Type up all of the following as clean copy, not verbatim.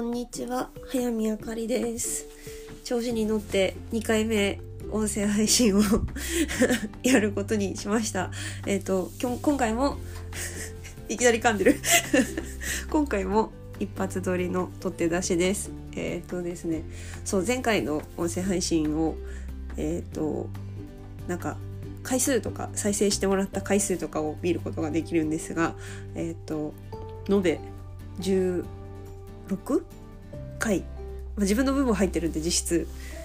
んにちは、早見あかりです。調子に乗って2回目音声配信をやることにしました。今回もいきなり噛んでる今回も一発撮りの取って出しです。ですね、そう前回の音声配信をなんか回数とか再生してもらった回数とかを見ることができるんですが、延べ16回、自分の分も入ってるんで実質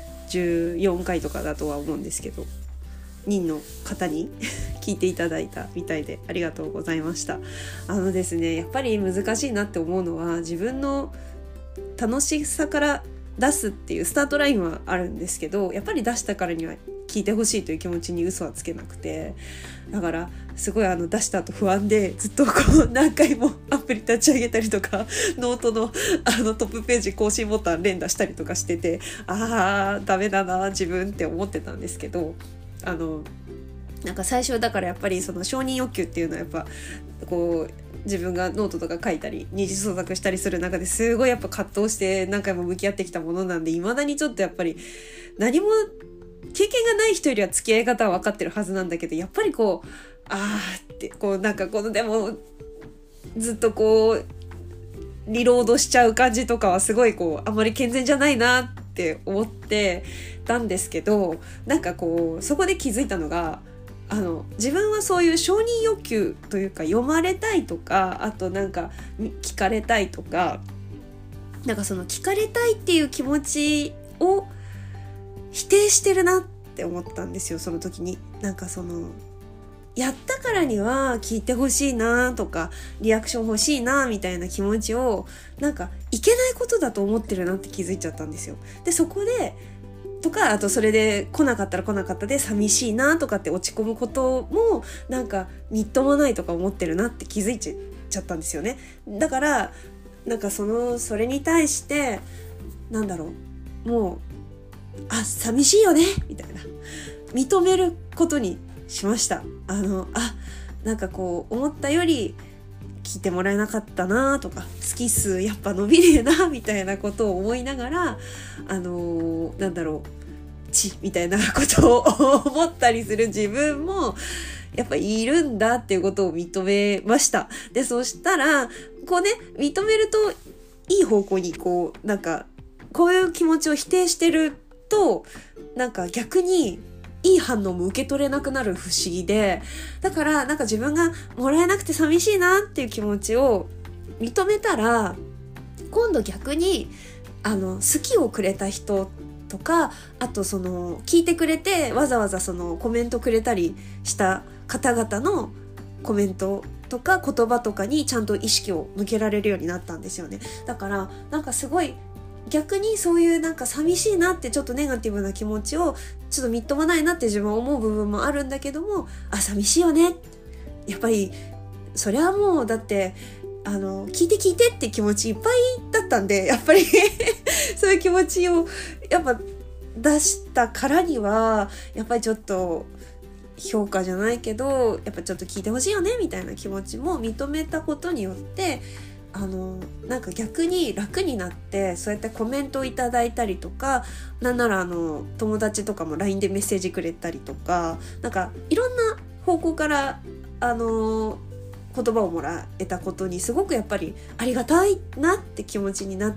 14回とかだとは思うんですけど、人の方に聞いていただいたみたいでありがとうございました。ですね、やっぱり難しいなって思うのは、自分の楽しさから出すっていうスタートラインはあるんですけど、やっぱり出したからには聞いてほしいという気持ちに嘘はつけなくて、だからすごい出した後不安で、ずっとこう何回もアプリ立ち上げたりとか、ノートのトップページ更新ボタン連打したりとかしてて、ダメだな自分って思ってたんですけど、なんか最初だからやっぱりその承認欲求っていうのはやっぱこう自分がノートとか書いたり二次創作したりする中ですごいやっぱ葛藤して何回も向き合ってきたものなんで、未だにちょっとやっぱり何も経験がない人よりは付き合い方は分かってるはずなんだけど、やっぱりこうってこうなんかこのでもずっとこうリロードしちゃう感じとかはすごいこうあまり健全じゃないなって思ってたんですけど、なんかこうそこで気づいたのが、自分はそういう承認欲求というか、読まれたいとか、あとなんか聞かれたいとか、なんかその聞かれたいっていう気持ちを否定してるなって思ったんですよ、その時に。なんかそのやったからには聞いてほしいなとか、リアクション欲しいなみたいな気持ちをなんかいけないことだと思ってるなって気づいちゃったんですよ。でそこでとか、あとそれで来なかったら来なかったで寂しいなとかって落ち込むこともなんかみっともないとか思ってるなって気づいちゃったんですよね。だからなんかそれに対してなんだろう、もう寂しいよねみたいな認めることにしました。なんかこう思ったより聞いてもらえなかったなとか、月数やっぱ伸びねえなみたいなことを思いながら、なんだろう、みたいなことを思ったりする自分もやっぱいるんだっていうことを認めました。でそしたらこうね、認めるといい方向にこうなんかこういう気持ちを否定してると、なんか逆にいい反応も受け取れなくなる不思議で、だからなんか自分がもらえなくて寂しいなっていう気持ちを認めたら、今度逆に好きをくれた人とか、あとその聞いてくれてわざわざそのコメントくれたりした方々のコメントとか言葉とかにちゃんと意識を向けられるようになったんですよね。だからなんかすごい逆にそういうなんか寂しいなってちょっとネガティブな気持ちをちょっとみっともないなって自分は思う部分もあるんだけども、寂しいよね、やっぱりそれはもうだって聞いてって気持ちいっぱいだったんで、やっぱりそういう気持ちをやっぱ出したからにはやっぱりちょっと評価じゃないけど、やっぱちょっと聞いてほしいよねみたいな気持ちも認めたことによって、なんか逆に楽になって、そうやってコメントをいただいたりとか、なんなら友達とかも LINE でメッセージくれたりとか、なんかいろんな方向から言葉をもらえたことにすごくやっぱりありがたいなって気持ちになって、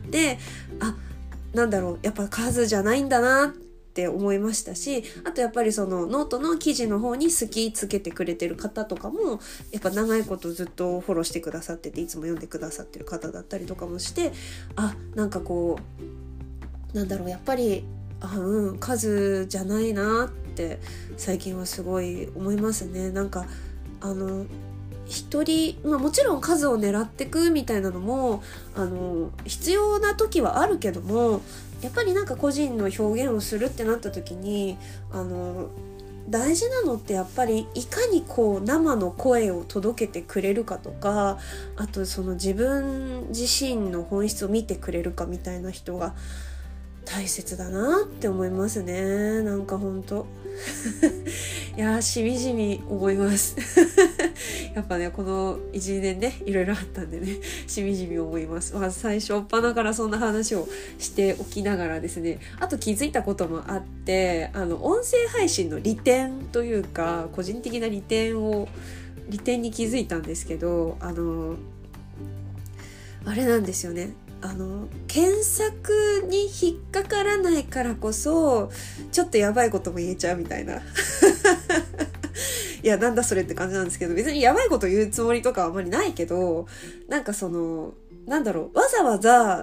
なんだろう、やっぱ数じゃないんだなって思いましたし、あとやっぱりそのノートの記事の方に好きつけてくれてる方とかもやっぱ長いことずっとフォローしてくださってて、いつも読んでくださってる方だったりとかもして、なんかこうなんだろう、やっぱり数じゃないなって最近はすごい思いますね。なんか一人、もちろん数を狙ってくみたいなのも必要な時はあるけども、やっぱりなんか個人の表現をするってなった時に大事なのってやっぱりいかにこう生の声を届けてくれるかとか、あとその自分自身の本質を見てくれるかみたいな人が大切だなって思いますね。なんかほんといやしみじみ思いますやっぱねこの 1,2 年ねいろいろあったんでねしみじみ思います。最初っ端からそんな話をしておきながらですね、あと気づいたこともあって、音声配信の利点というか個人的な利点に気づいたんですけど、あれなんですよね。検索に引っかからないからこそちょっとやばいことも言えちゃうみたいな。いやなんだそれって感じなんですけど、別にやばいこと言うつもりとかはあんまりないけど、なんかなんだろう、わざわざ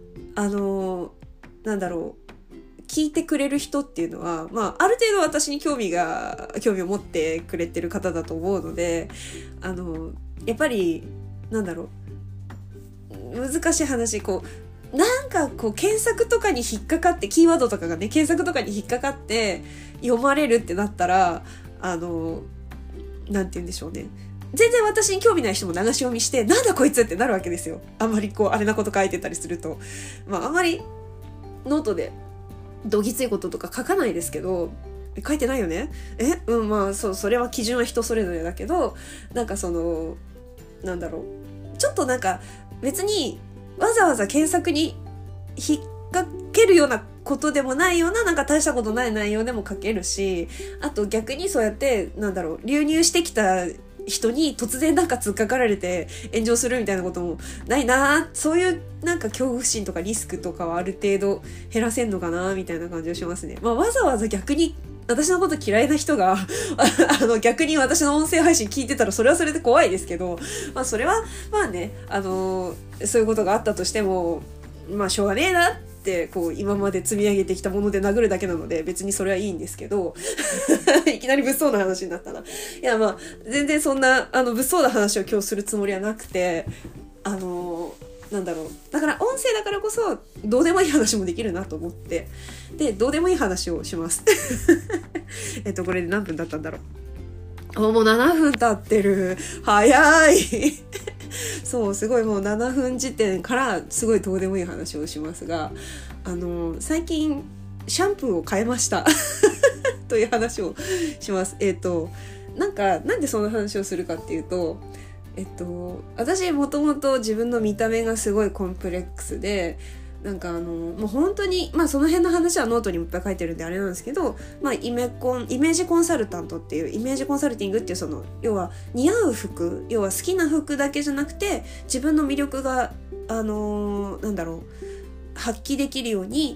なんだろう、聞いてくれる人っていうのは、ある程度私に興味を持ってくれてる方だと思うので、やっぱりなんだろう、難しい話、なんか検索とかに引っかかって、キーワードとかがね検索とかに引っかかって読まれるってなったら、なんて言うんでしょうね、全然私に興味ない人も流し読みしてなんだこいつってなるわけですよ。あんまりあれなこと書いてたりすると、あんまりノートでどぎついこととか書かないですけど、書いてないよね、それは基準は人それぞれだけど、なんかなんだろう、ちょっとなんか別にわざわざ検索に引っ掛けるようなことでもないような、なんか大したことない内容でも書けるし、あと逆にそうやってなんだろう、流入してきた人に突然なんか突っかかられて炎上するみたいなこともないな、そういうなんか恐怖心とかリスクとかはある程度減らせんのかなみたいな感じがしますね。わざわざ逆に私のこと嫌いな人が逆に私の音声配信聞いてたらそれはそれで怖いですけど、それはね、そういうことがあったとしてもしょうがねえなって今まで積み上げてきたもので殴るだけなので別にそれはいいんですけどいきなり物騒な話になったな。いや全然そんな物騒な話を今日するつもりはなくて、なんだろう、だから音声だからこそどうでもいい話もできるなと思って、でどうでもいい話をしますこれで何分だったんだろう。もう7分経ってる、早いそうすごいもう7分時点からすごいどうでもいい話をしますが、最近シャンプーを変えましたという話をします。なんでそんな話をするかっていうと、私もともと自分の見た目がすごいコンプレックスで、なんかもう本当にその辺の話はノートにもいっぱい書いてるんであれなんですけど、イメージコンサルタントっていう、イメージコンサルティングっていう要は似合う服、要は好きな服だけじゃなくて自分の魅力がなんだろう、発揮できるように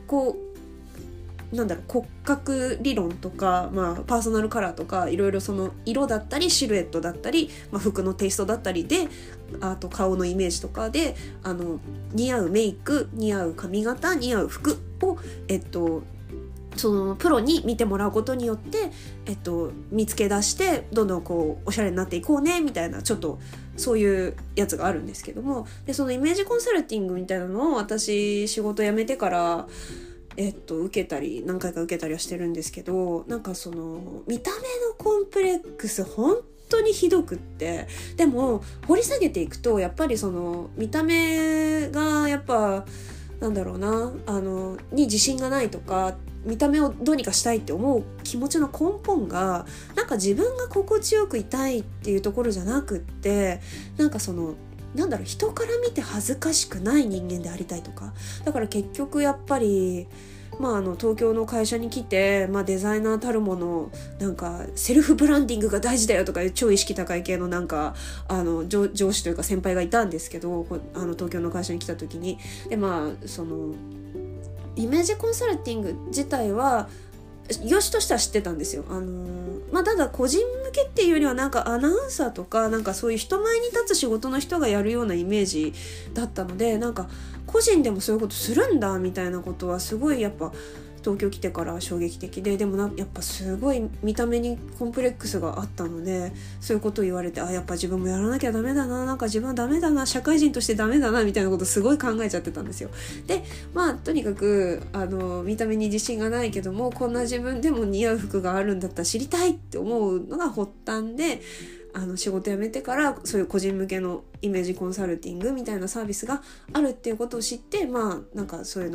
なんだろう、骨格理論とか、パーソナルカラーとかいろいろその色だったりシルエットだったり、服のテイストだったりで、あと顔のイメージとかで似合うメイク、似合う髪型、似合う服をそのプロに見てもらうことによって、見つけ出してどんどんおしゃれになっていこうねみたいな、ちょっとそういうやつがあるんですけども、でそのイメージコンサルティングみたいなのを私仕事辞めてから受けたり何回か受けたりはしてるんですけど、なんか見た目のコンプレックス本当にひどくって、でも掘り下げていくとやっぱり見た目がやっぱなんだろうな、に自信がないとか、見た目をどうにかしたいって思う気持ちの根本がなんか自分が心地よくいたいっていうところじゃなくって、なんかなんだろう、人から見て恥ずかしくない人間でありたいとか、だから結局やっぱり東京の会社に来て、デザイナーたるものなんかセルフブランディングが大事だよとかいう超意識高い系のなんか上司というか先輩がいたんですけど、東京の会社に来た時に、でイメージコンサルティング自体はよしとしては知ってたんですよ。ただ個人向けっていうよりはなんかアナウンサーとかなんかそういう人前に立つ仕事の人がやるようなイメージだったので、なんか個人でもそういうことするんだみたいなことはすごいやっぱ東京来てから衝撃的で、でもやっぱすごい見た目にコンプレックスがあったので、そういうことを言われて、やっぱ自分もやらなきゃダメだな、なんか自分はダメだな、社会人としてダメだなみたいなことすごい考えちゃってたんですよ。でとにかく見た目に自信がないけども、こんな自分でも似合う服があるんだったら知りたいって思うのが発端で、仕事辞めてからそういう個人向けのイメージコンサルティングみたいなサービスがあるっていうことを知って、なんかそういうの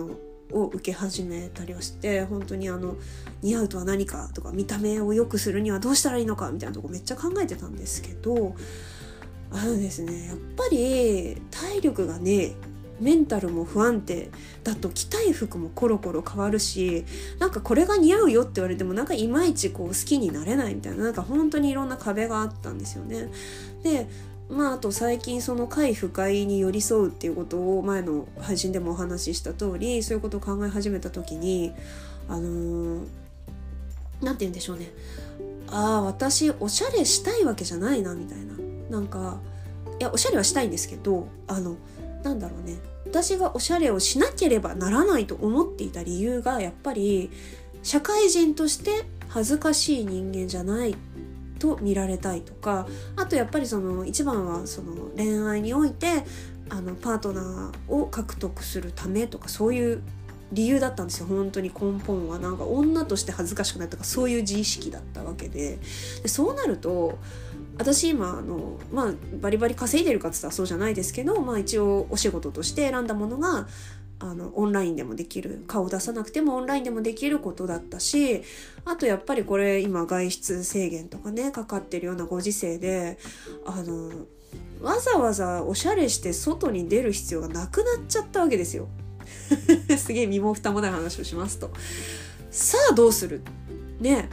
を受け始めたりはして、本当に似合うとは何かとか、見た目を良くするにはどうしたらいいのかみたいなとこめっちゃ考えてたんですけど、ですね、やっぱり体力がね、メンタルも不安定だと着たい服もコロコロ変わるし、なんかこれが似合うよって言われてもなんかいまいちこう好きになれないみたいな、なんか本当にいろんな壁があったんですよね。であと最近その快不快に寄り添うっていうことを前の配信でもお話しした通り、そういうことを考え始めた時になんて言うんでしょうね、私おしゃれしたいわけじゃないなみたいな、なんかいやおしゃれはしたいんですけど、なんだろうね、私がおしゃれをしなければならないと思っていた理由がやっぱり社会人として恥ずかしい人間じゃないと見られたいとか、あとやっぱりその一番はその恋愛においてパートナーを獲得するためとか、そういう理由だったんですよ。本当に根本はなんか女として恥ずかしくないとか、そういう自意識だったわけで、そうなると私今バリバリ稼いでるかって言ったらそうじゃないですけど、一応お仕事として選んだものがオンラインでもできる、顔を出さなくてもオンラインでもできることだったし、あとやっぱりこれ今外出制限とかねかかってるようなご時世でわざわざおしゃれして外に出る必要がなくなっちゃったわけですよすげえ身も蓋もない話をしますと、さあどうするね、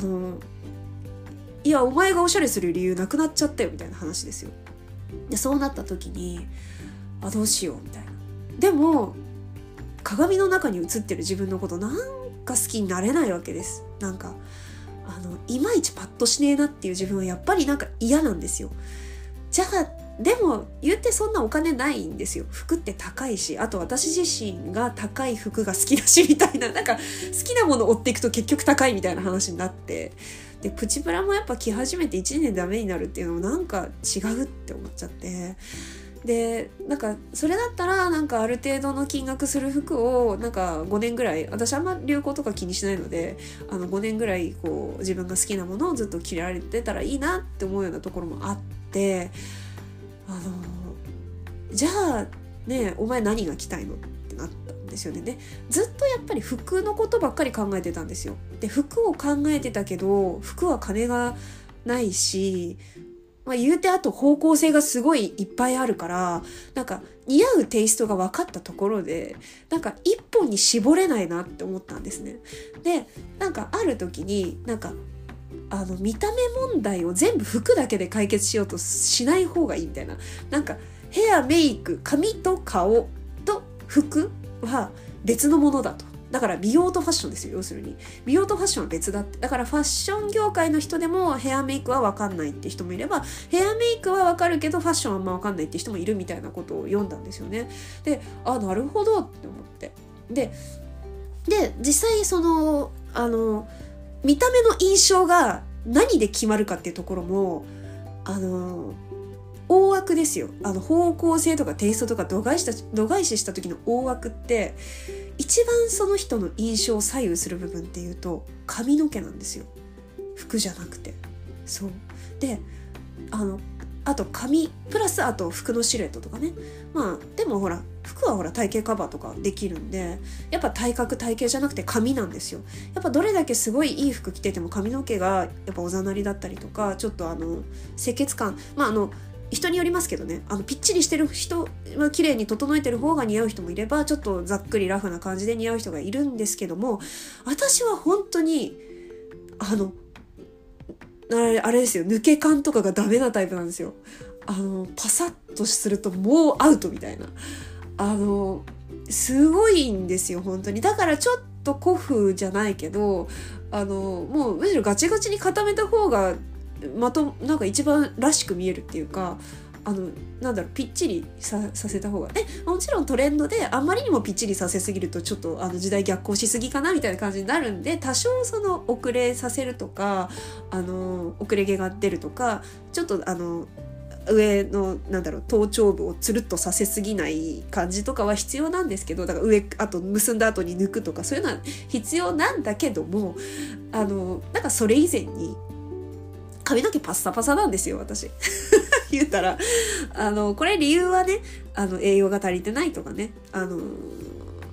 いやお前がおしゃれする理由なくなっちゃったよみたいな話ですよ。でそうなった時にどうしようみたいな。でも鏡の中に映ってる自分のことなんか好きになれないわけです。なんかいまいちパッとしねえなっていう自分はやっぱりなんか嫌なんですよ。じゃあでも言ってそんなお金ないんですよ。服って高いし、あと私自身が高い服が好きだしみたいな、なんか好きなものを追っていくと結局高いみたいな話になって、でプチプラもやっぱ着始めて1年でダメになるっていうのもなんか違うって思っちゃって、でなんかそれだったらなんかある程度の金額する服をなんか5年ぐらい、私あんま流行とか気にしないので5年ぐらいこう自分が好きなものをずっと着られてたらいいなって思うようなところもあって、じゃあねお前何が着たいのってなったんですよね。でずっとやっぱり服のことばっかり考えてたんですよ。で服を考えてたけど服は金がないし、言うてあと方向性がすごいいっぱいあるから、なんか似合うテイストが分かったところでなんか一本に絞れないなって思ったんですね。でなんかある時になんか見た目問題を全部服だけで解決しようとしない方がいいみたいな、なんかヘアメイク髪と顔と服は別のものだと。だから美容とファッションですよ。要するに美容とファッションは別だって。だからファッション業界の人でもヘアメイクは分かんないって人もいれば、ヘアメイクは分かるけどファッションはあんま分かんないって人もいるみたいなことを読んだんですよね。でなるほどって思って、で実際その見た目の印象が何で決まるかっていうところも大枠ですよ。方向性とかテイストとか度外視した時の大枠って一番その人の印象を左右する部分っていうと髪の毛なんですよ。服じゃなくて。そうであと髪プラスあと服のシルエットとかね。でもほら服はほら体型カバーとかできるんで、やっぱ体型じゃなくて髪なんですよ。やっぱどれだけすごいいい服着てても髪の毛がやっぱおざなりだったりとか、ちょっと清潔感人によりますけどね、ぴっちりしてる人は綺麗に整えてる方が似合う人もいれば、ちょっとざっくりラフな感じで似合う人がいるんですけども、私は本当にあれですよ、抜け感とかがダメなタイプなんですよ。パサッとするともうアウトみたいな、すごいんですよ本当に。だからちょっと古風じゃないけどもうむしろガチガチに固めた方がなんか一番らしく見えるっていうか、ぴっちりさせた方がもちろんトレンドであんまりにもぴっちりさせすぎるとちょっと時代逆行しすぎかなみたいな感じになるんで、多少その遅れさせるとか遅れ毛が出るとか、ちょっと上の頭頂部をつるっとさせすぎない感じとかは必要なんですけど、だからあと結んだ後に抜くとかそういうのは必要なんだけども、なんかそれ以前に髪の毛パッサパサなんですよ私言ったらこれ理由はね栄養が足りてないとかね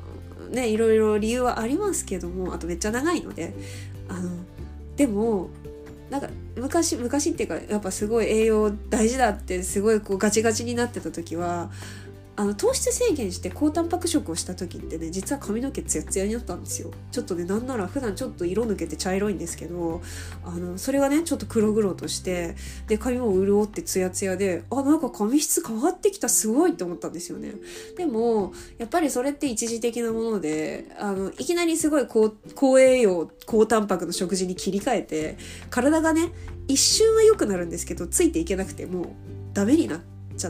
ねいろいろ理由はありますけども、あとめっちゃ長いのででもなんか昔っていうかやっぱすごい栄養大事だってすごいこうガチガチになってた時は糖質制限して高タンパク食をした時ってね、実は髪の毛ツヤツヤになったんですよ。ちょっとね、なんなら普段ちょっと色抜けて茶色いんですけど、それがねちょっと黒々として、で髪も潤ってツヤツヤで、なんか髪質変わってきた、すごいって思ったんですよね。でもやっぱりそれって一時的なもので、いきなりすごい高栄養高タンパクの食事に切り替えて、体がね一瞬は良くなるんですけど、ついていけなくてもうダメになってちゃって、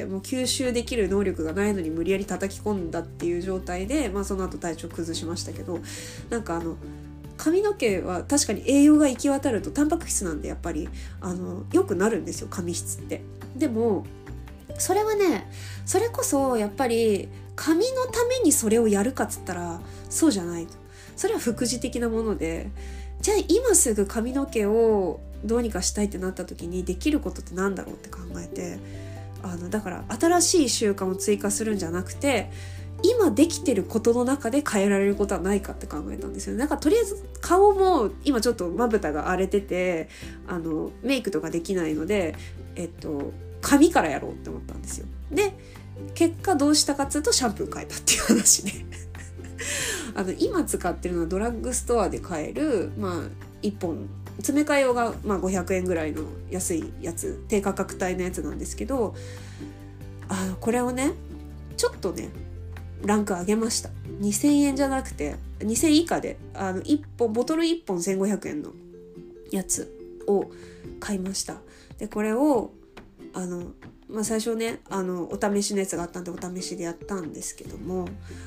もう吸収できる能力がないのに無理やり叩き込んだっていう状態で、その後体調崩しましたけど、なんか髪の毛は確かに栄養が行き渡るとタンパク質なんでやっぱり良くなるんですよ、髪質って。でもそれはね、それこそやっぱり髪のためにそれをやるかっつったらそうじゃないと。それは副次的なもので、じゃあ今すぐ髪の毛をどうにかしたいってなった時にできることってなんだろうって考えて、だから新しい習慣を追加するんじゃなくて、今できてることの中で変えられることはないかって考えたんですよね。なんかとりあえず顔も今ちょっとまぶたが荒れててメイクとかできないので髪からやろうって思ったんですよ。で結果どうしたかっていうとシャンプー変えたっていう話で今使ってるのはドラッグストアで買える1本詰め替え用が500円ぐらいの安いやつ、低価格帯のやつなんですけど、これをねちょっとねランク上げました。2000円じゃなくて2000円以下で1本ボトル1本1500円のやつを買いました。でこれを最初ねお試しのやつがあったんでお試しでやったんですけども、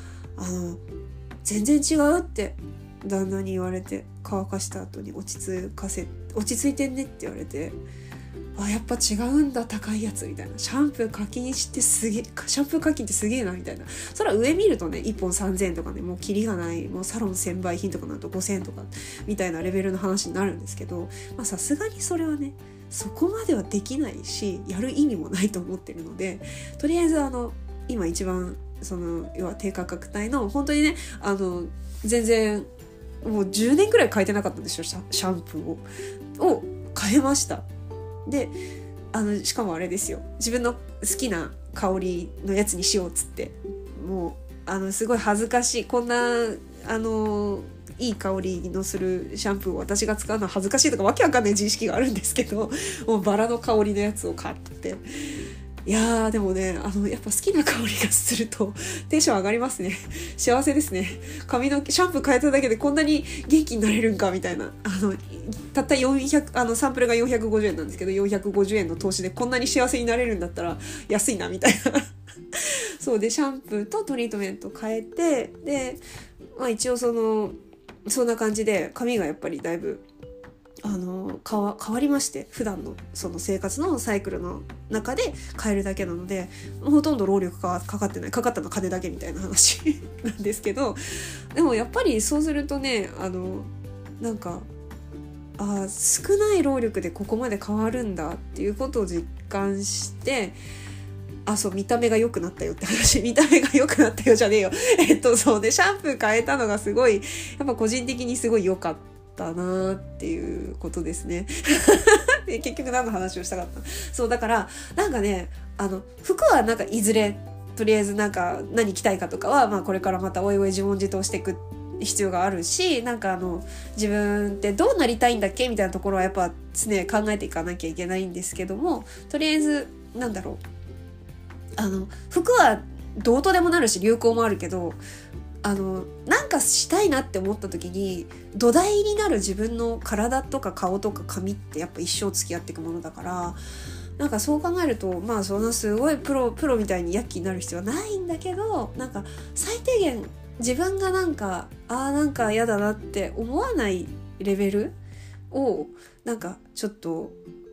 全然違うって旦那に言われて、乾かした後に落ち着いてんねって言われて、やっぱ違うんだ高いやつみたいな、シャンプー課金ってすげえなみたいな。それは上見るとね1本3000円とかね、もうキリがない、もうサロン1000倍品とかなると5000円とかみたいなレベルの話になるんですけど、さすがにそれはねそこまではできないし、やる意味もないと思ってるので、とりあえず今一番要は低価格帯の本当にね全然もう10年くらい変えてなかったんですよ、シャンプーを変えました。でしかもあれですよ、自分の好きな香りのやつにしようっつって、もうすごい恥ずかしい、こんないい香りのするシャンプーを私が使うのは恥ずかしいとかわけわかんない自意識があるんですけど、もうバラの香りのやつを買って、いやーでもねやっぱ好きな香りがするとテンション上がりますね。幸せですね。髪の毛シャンプー変えただけでこんなに元気になれるんかみたいな、たった400サンプルが450円なんですけど、450円の投資でこんなに幸せになれるんだったら安いなみたいなそうでシャンプーとトリートメント変えて、で一応そんな感じで髪がやっぱりだいぶ変わりまして、普段のその生活のサイクルの中で変えるだけなので、ほとんど労力かかってない、かかったの金だけみたいな話なんですけど、でもやっぱりそうするとねなんか少ない労力でここまで変わるんだっていうことを実感して、そう見た目が良くなったよって話、見た目が良くなったよじゃねえよそうでシャンプー変えたのがすごいやっぱ個人的にすごい良かったなっていうことですねで結局何の話をしたかった。そうだからなんかね服はなんかいずれとりあえずなんか何着たいかとかはこれからまたおいおい自問自答していく必要があるし、なんか自分ってどうなりたいんだっけみたいなところはやっぱ常考えていかなきゃいけないんですけども、とりあえずなんだろう服はどうとでもなるし流行もあるけどなんかしたいなって思った時に土台になる自分の体とか顔とか髪ってやっぱ一生付き合っていくものだから、なんかそう考えるとそんなすごいプロみたいに躍起になる必要はないんだけど、なんか最低限自分がなんか嫌だなって思わないレベルをなんかちょっと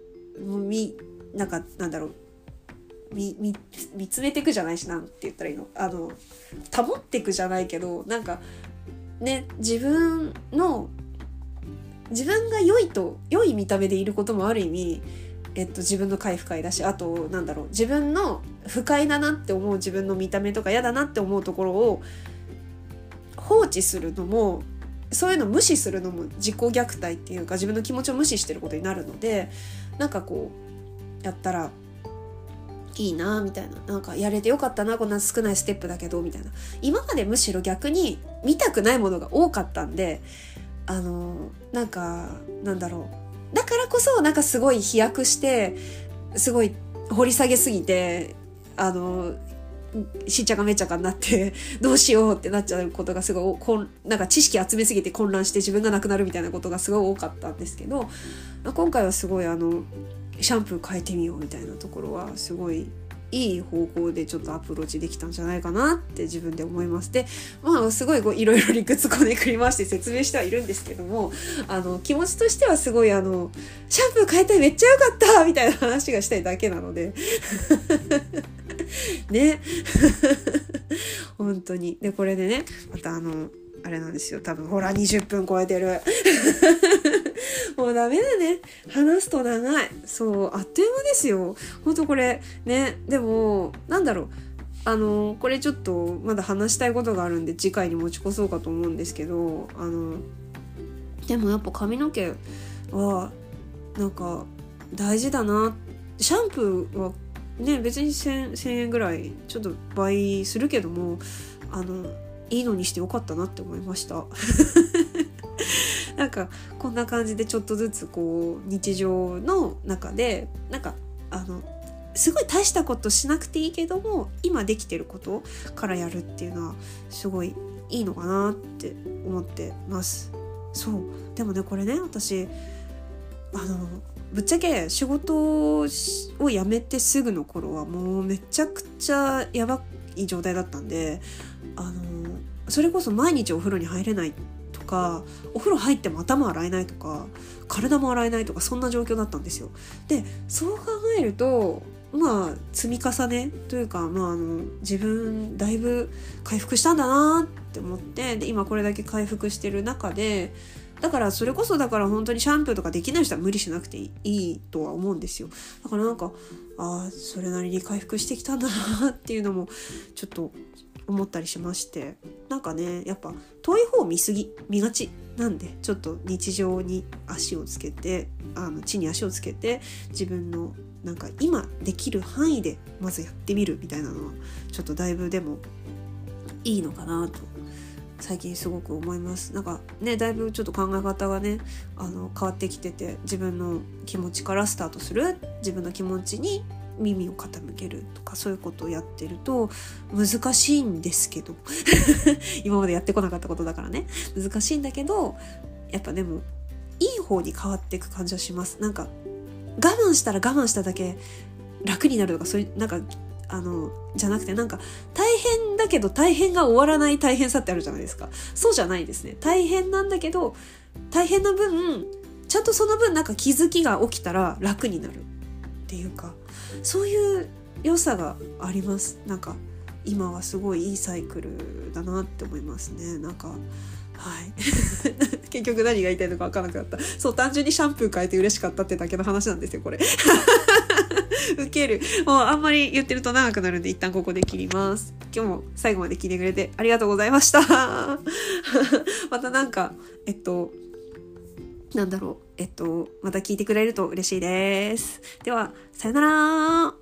なんだろう見つめていくじゃないし、なんて言ったらいいの保っていくじゃないけど、なんかね自分が良い見た目でいることもある意味自分の快不快だし、あと自分の不快だなって思う自分の見た目とか嫌だなって思うところを放置するのもそういうの無視するのも自己虐待っていうか自分の気持ちを無視してることになるので、なんかこうやったらいいなみたいな、なんかやれてよかったなこんな少ないステップだけどみたいな、今までむしろ逆に見たくないものが多かったんで、なんかなんだろう、だからこそなんかすごい飛躍してすごい掘り下げすぎてしっちゃかめっちゃかになってどうしようってなっちゃうことがすごいなんか知識集めすぎて混乱して自分がなくなるみたいなことがすごい多かったんですけど、今回はすごいシャンプー変えてみようみたいなところはすごいいい方向でちょっとアプローチできたんじゃないかなって自分で思います。で、まあすごいいろいろ理屈こねくり回して説明してはいるんですけども、気持ちとしてはすごいシャンプー変えたいめっちゃ良かったみたいな話がしたいだけなのでね本当に。でこれでねまたあれなんですよ、多分ほら20分超えてるもうダメだね、話すと長い。そうあっという間ですよ本当これね。でもなんだろう、これちょっとまだ話したいことがあるんで次回に持ち越そうかと思うんですけど、でもやっぱ髪の毛はなんか大事だな。シャンプーはね別に1000円ぐらいちょっと倍するけどもいいのにしてよかったなって思いましたなんかこんな感じでちょっとずつこう日常の中でなんかすごい大したことしなくていいけども今できてることからやるっていうのはすごいいいのかなって思ってます。そうでもねこれね私ぶっちゃけ仕事を辞めてすぐの頃はもうめちゃくちゃやばい状態だったんでそれこそ毎日お風呂に入れないとかお風呂入っても頭洗えないとか体も洗えないとかそんな状況だったんですよ。でそう考えるとまあ積み重ねというか、自分だいぶ回復したんだなって思って、で今これだけ回復してる中でだからそれこそだから本当にシャンプーとかできない人は無理しなくていいとは思うんですよ。だからなんかそれなりに回復してきたんだなっていうのもちょっと思ったりしまして、なんかねやっぱ遠い方見がちなんでちょっと日常に足をつけて地に足をつけて自分のなんか今できる範囲でまずやってみるみたいなのはちょっとだいぶでもいいのかなと最近すごく思います。なんかねだいぶちょっと考え方がね変わってきてて、自分の気持ちからスタートする、自分の気持ちに耳を傾けるとかそういうことをやってると難しいんですけど今までやってこなかったことだからね難しいんだけどやっぱでもいい方に変わっていく感じはします。なんか我慢したら我慢しただけ楽になるとかそういうなんかじゃなくてなんか大変だけど大変が終わらない大変さってあるじゃないですか。そうじゃないですね。大変なんだけど大変な分ちゃんとその分なんか気づきが起きたら楽になるっていうかそういう良さがあります。なんか今はすごいいいサイクルだなって思いますね。なんかはい結局何が言いたいのか分からなくなった。そう単純にシャンプー変えて嬉しかったってだけの話なんですよこれウケる。もうあんまり言ってると長くなるんで一旦ここで切ります。今日も最後まで聞いてくれてありがとうございましたまたなんかなんだろうまた聞いてくれると嬉しいです。ではさよなら。